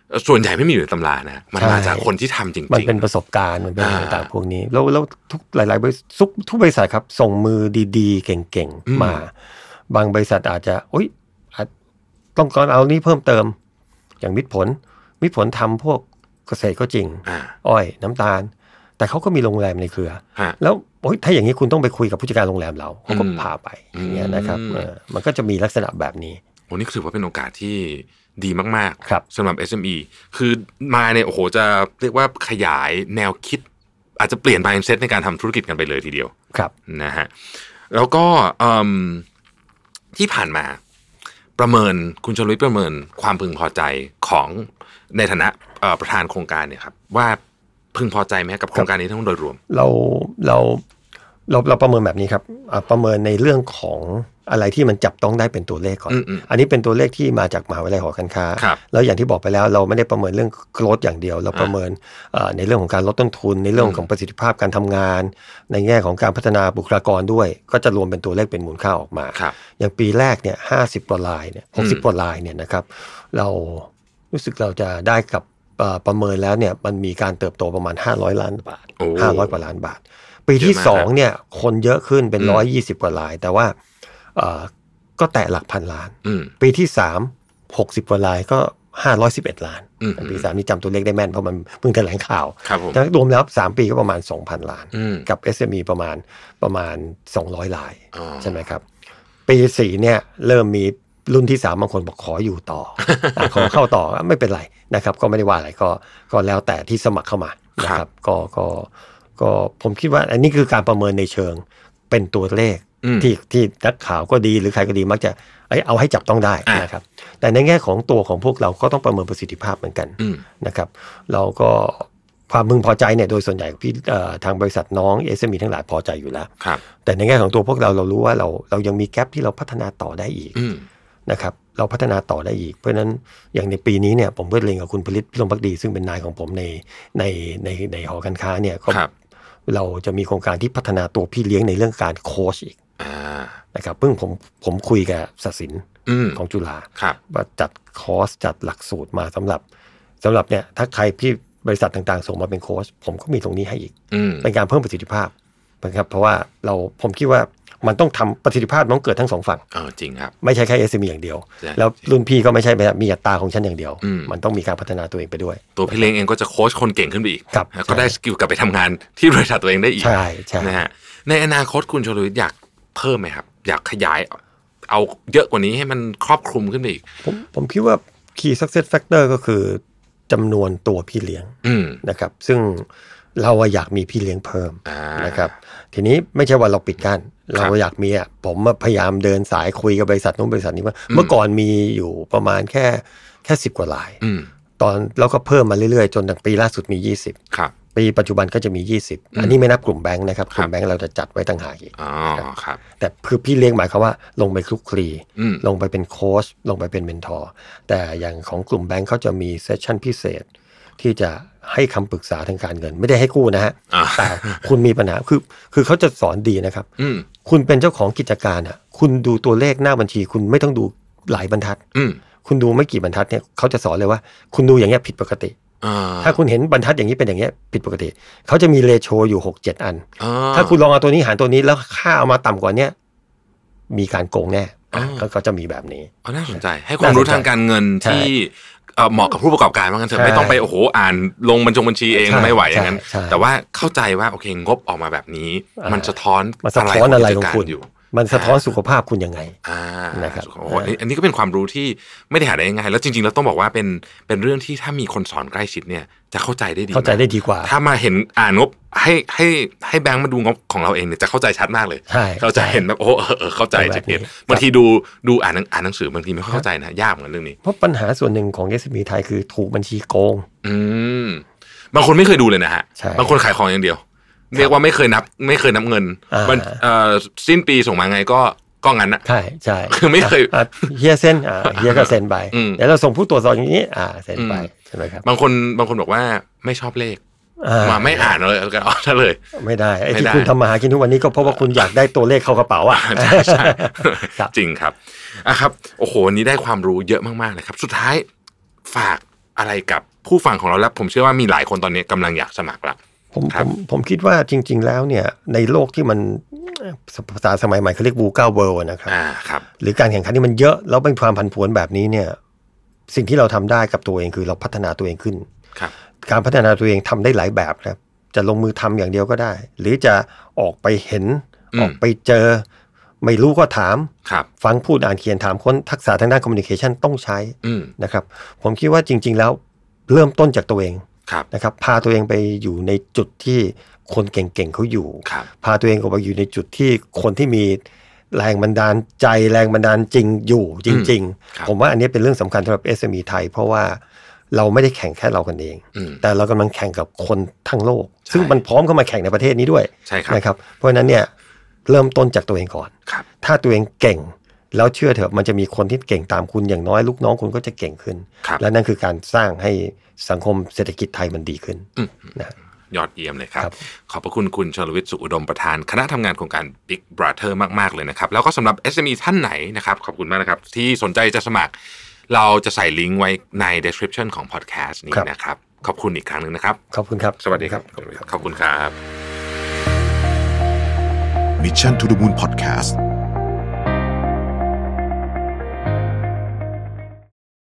ส่วนใหญ่ไม่มีอยู่ในตำรานะมันมาจากคนที่ทำจริงๆ
มันเป็นประสบการณ์มันเป็นอะไรต่างๆพวกนี้แล้วทุกหลายๆบริษัททุกบริษัทครับส่งมือดีๆเก่งๆมาบางบริษัทอาจจะต้องการเอานี้เพิ่มเติมอย่างมิตรผลทำพวกเกษตรก็จริงอ้อยน้ำตาลแต่เขาก็มีโรงแรมในเครือแล้วถ้าอย่างนี้คุณต้องไปคุยกับผู้จัดการโรงแรมเราเขาก็พาไปอย่างเงี้ยนะครับมันก็จะมีลักษณะแบบนี้
โอ้นี่ถือว่าเป็นโอกาสที่ดีมาก
ๆ
สำหรับ SME คือมาเนี่ยโอ้โหจะเรียกว่าขยายแนวคิดอาจจะเปลี่ยน mindset ในการทำธุรกิจกันไปเลยทีเดียว
ครับ
นะฮะแล้วก็ที่ผ่านมาประเมินคุณชลวิทย์ประเมินความพึงพอใจของในฐานะประธานโครงการเนี่ยครับว่าพึงพอใจไหมกับโครงการนี้ทั้งโดยรวม
เราประเมินแบบนี้ครับประเมินในเรื่องของอะไรที่มันจับต้องได้เป็นตัวเลขก่อนอันนี้เป็นตัวเลขที่มาจากมหาวิทยาลัยหอการค้าแล้วอย่างที่บอกไปแล้วเราไม่ได้ประเมินเรื่องโกรธอย่างเดียวเราประเมินในเรื่องของการลดต้นทุนในเรื่องของประสิทธิภาพการทำงานในแง่ของการพัฒนาบุคลากรด้วยก็จะรวมเป็นตัวเลขเป็นมูลค่าออกมาอย่างปีแรกเนี่ย50 กว่ารายเนี่ย60 กว่ารายเนี่ยนะครับเรารู้สึกเราจะได้กับประเมินแล้วเนี่ยมันมีการเติบโตประมาณ500 ล้านบาท500 กว่าล้านบาทปีที่2เนี่ยคนเยอะขึ้นเป็น120 กว่ารายแต่ว่าก็แตะหลักพันล้านปีที่3 60 กว่ารายก็511 ล้านปี3นี่จำตัวเลขได้แม่นเพราะมันเพิ่งแถลงข่าวแต่รวมแล้ว3ปีก็ประมาณ 2,000 ล้านกับ SME ประมาณ200 รายใช่ไหมครับปี4เนี่ยเริ่มมีรุ่นที่3บางคนบอกขออยู่ต่อ ขอเข้าต่อไม่เป็นไรนะครับก็ไม่ได้ว่าอะไรก็แล้วแต่ที่สมัครเข้ามานะครับก็ผมคิดว่าอันนี้คือการประเมินในเชิงเป็นตัวเลขที่นักข่าวก็ดีหรือใครก็ดีมักจะเอาให้จับต้องได้นะครับแต่ในแง่ของตัวของพวกเราก็ต้องประเมินประสิทธิภาพเหมือนกันนะครับเราก็ความพึงพอใจเนี่ยโดยส่วนใหญ่พี่ทางบริษัทน้อง SME ทั้งหลายพอใจอยู่แล้วแต่ในแง่ของตัวพวกเรารู้ว่าเรายังมีแกปที่เราพัฒนาต่อได้อีกนะครับเราพัฒนาต่อได้อีกเพราะฉะนั้นอย่างในปีนี้เนี่ยผมก็เล็งกับคุณผลิตพิรมภักดีซึ่งเป็นนายของผมในหอการค้าเนี่ยเราจะมีโครงการที่พัฒนาตัวพี่เลี้ยงในเรื่องการโค้ชอีกนะครับเพิ่งผมคุยกับศศิลป์ของจุฬาว่าจัดคอร์สจัดหลักสูตรมาสำหรับเนี่ยถ้าใครพี่บริษัทต่างๆส่งมาเป็นโค้ชผมก็มีตรงนี้ให้อีกเป็นการเพิ่มประสิทธิภาพนะครับเพราะว่าผมคิดว่ามันต้องทำประสิทธิภาพต้องเกิดทั้งสองฝั่ง
จริงครับ
ไม่ใช่แค่ SME อย่างเดียวแล้วรุ่นพี่ก็ไม่ใช่มีอัตราของฉันอย่างเดียวมันต้องมีการพัฒนาตัวเองไปด้วย
ตัวพี่เล้งเองก็จะโค้ชคนเก่งขึ้นไปอีกก็ได้สกิลกลับไปทำงานที่บริษัทตัวเองได้อีก
ใช่
นะฮะในอนาคตคุณชลวิทย์อยากเพิ่มไหมครับอยากขยายเอาเยอะกว่านี้ให้มันครอบคลุมขึ้นไปอีก
ผมคิดว่า Key Success Factor ก็คือจำนวนตัวพี่เลี้ยงนะครับซึ่งเราอยากมีพี่เลี้ยงเพิ่มนะครับทีนี้ไม่ใช่ว่าเราปิดกั้นเราอยากมีผมพยายามเดินสายคุยกับบริษัทนู้นบริษัทนี้ว่าเมื่อก่อนมีอยู่ประมาณแค่10 กว่ารายตอนแล้วก็เพิ่มมาเรื่อยๆจนถึงปีล่าสุดมี20
ครับ
ปีปัจจุบันก็จะมี20อันนี้ไม่นับกลุ่มแบงค์นะครับกลุ่มแบงค์เราจะจัดไว้ต่างหากอีก
ครับ
แต่คือพี่เลี้ยงหมายความว่าลงไปคลุกคลีลงไปเป็นโค้ชลงไปเป็นเมนทอร์แต่อย่างของกลุ่มแบงค์เขาจะมีเซสชั่นพิเศษที่จะให้คำปรึกษาทางการเงินไม่ได้ให้กู้นะฮะแต่คุณมีปัญหาคือเขาจะสอนดีนะครับคุณเป็นเจ้าของกิจการคุณดูตัวเลขหน้าบัญชีคุณไม่ต้องดูหลายบรรทัดคุณดูไม่กี่บรรทัดเนี่ยเขาจะสอนเลยว่าคุณดูอย่างเงี้ยผิดปกติถ้าคุณเห็นบรรทัดอย่างนี้เป็นอย่างเงี้ยผิดปกติเขาจะมีเรโชอยู่ 6-7 อันถ้าคุณลองเอาตัวนี้หารตัวนี้แล้วค่าเอามาต่ำกว่าเนี้ยมีการโกงแน่ก็จะมีแบบนี้
น่าสนใจให้ความรู้ทางการเงินที่เหมาะกับผู้ประกอบการมากกันเถอะไม่ต้องไปโอ้โหอ่านลงบัญชีเองไม่ไหวอย่างนั้นแต่ว่าเข้าใจว่าโอเคงบออกมาแบบนี้มันสะท้อน
อะไรของคุณอยู่มันสะท้อนสุขภาพคุณยังไง
นะครับอันนี้ก็เป็นความรู้ที่ไม่ได้หาได้ง่ายแล้วจริงๆแล้วต้องบอกว่าเป็นเรื่องที่ถ้ามีคนสอนใกล้ชิดเนี่ยจะเข้าใจได้
ดีกว่า
ถ้ามาเห็นอ่านงบให้แบงค์มาดูงบของเราเองเนี่ยจะเข้าใจชัดมากเลยเขาจะเห็นแบบโอ้เข้าใจจะเก็ตบางทีดูอ่านหนังสือบางทีไม่เข้าใจนะยากเหมือนเรื่องนี้
เพราะปัญหาส่วนหนึ่งของ SME ไทยคือถูกบัญชีโกง
บางคนไม่เคยดูเลยนะฮะบางคนขายของอย่างเดียวเรียกว่าไม่เคยนับเงินมันสิ้นปีส่งมาไงก็งั้นนะ
ใช่
คือไม่เคย
เฮียเซ็นเฮียก็เซ็นไปเดี๋ยวเราส่งผู้ตรวจสอบอย่างนี้เซ็นไปใช่ไหมครับ
บางคนบอกว่าไม่ชอบเลขมาไม่อ่านเลยก็เอาซะเลย
ไม่ได้ไอ้ที่คุณทำมาหากินทุกวันนี้ก็เพราะว่าคุณอยากได้ตัวเลขเข้ากระเป๋า
ใช่จริงครับครับโอ้โหวันนี้ได้ความรู้เยอะมากๆเลยครับสุดท้ายฝากอะไรกับผู้ฟังของเราแล้วผมเชื่อว่ามีหลายคนตอนนี้กำลังอยากสมัครละ
ผมคิดว่าจริงๆแล้วเนี่ยในโลกที่มันภาษาสมัยใหม่เขาเรียกVUCA World นะครับหรือการแข่งขันที่มันเยอะแล้วเป็นความผันผวนแบบนี้เนี่ยสิ่งที่เราทำได้กับตัวเองคือเราพัฒนาตัวเองขึ้นการพัฒนาตัวเองทำได้หลายแบบครับจะลงมือทำอย่างเดียวก็ได้หรือจะออกไปเห็นออกไปเจอไม่รู้ก็ถามฟังพูดอ่านเขียนถามค้นทักษะทางด้านคอมมิวนิเคชันต้องใช้นะครับผมคิดว่าจริงๆแล้วเริ่มต้นจากตัวเองนะครับพาตัวเองไปอยู่ในจุดที่คนเก่งๆเขาอยู่พาตัวเองออกไปอยู่ในจุดที่คนที่มีแรงบันดาลใจแรงบันดาลจริงอยู่จริงๆผมว่าอันนี้เป็นเรื่องสำคัญสำหรับ SME ไทยเพราะว่าเราไม่ได้แข่งแค่เรากันเองแต่เรากำลังแข่งกับคนทั้งโลกซึ่งมันพร้อมเข้ามาแข่งในประเทศนี้ด้วยนะครับเพราะฉะนั้นเนี่ยเริ่มต้นจากตัวเองก่อนถ้าตัวเองเก่งแล้วเชื่อเถอะมันจะมีคนที่เก่งตามคุณอย่างน้อยลูกน้องคุณก็จะเก่งขึ้นและนั่นคือการสร้างให้สังคมเศรษฐกิจไทยมันดีขึ้นนะ
ยอดเยี่ยมเลยครับขอบพระคุณคุณชลวิทย์สุขอุดมประธานคณะทำงานโครงการ Big Brother มากๆเลยนะครับแล้วก็สำหรับ SME ท่านไหนนะครับขอบคุณมากนะครับที่สนใจจะสมัครเราจะใส่ลิงก์ไว้ใน description ของ podcast นี้นะครับขอบคุณอีกครั้งนึงนะครับ
ขอบคุณครับ
สวัสดีครับขอบคุณครับ
Mission to the Moon Podcast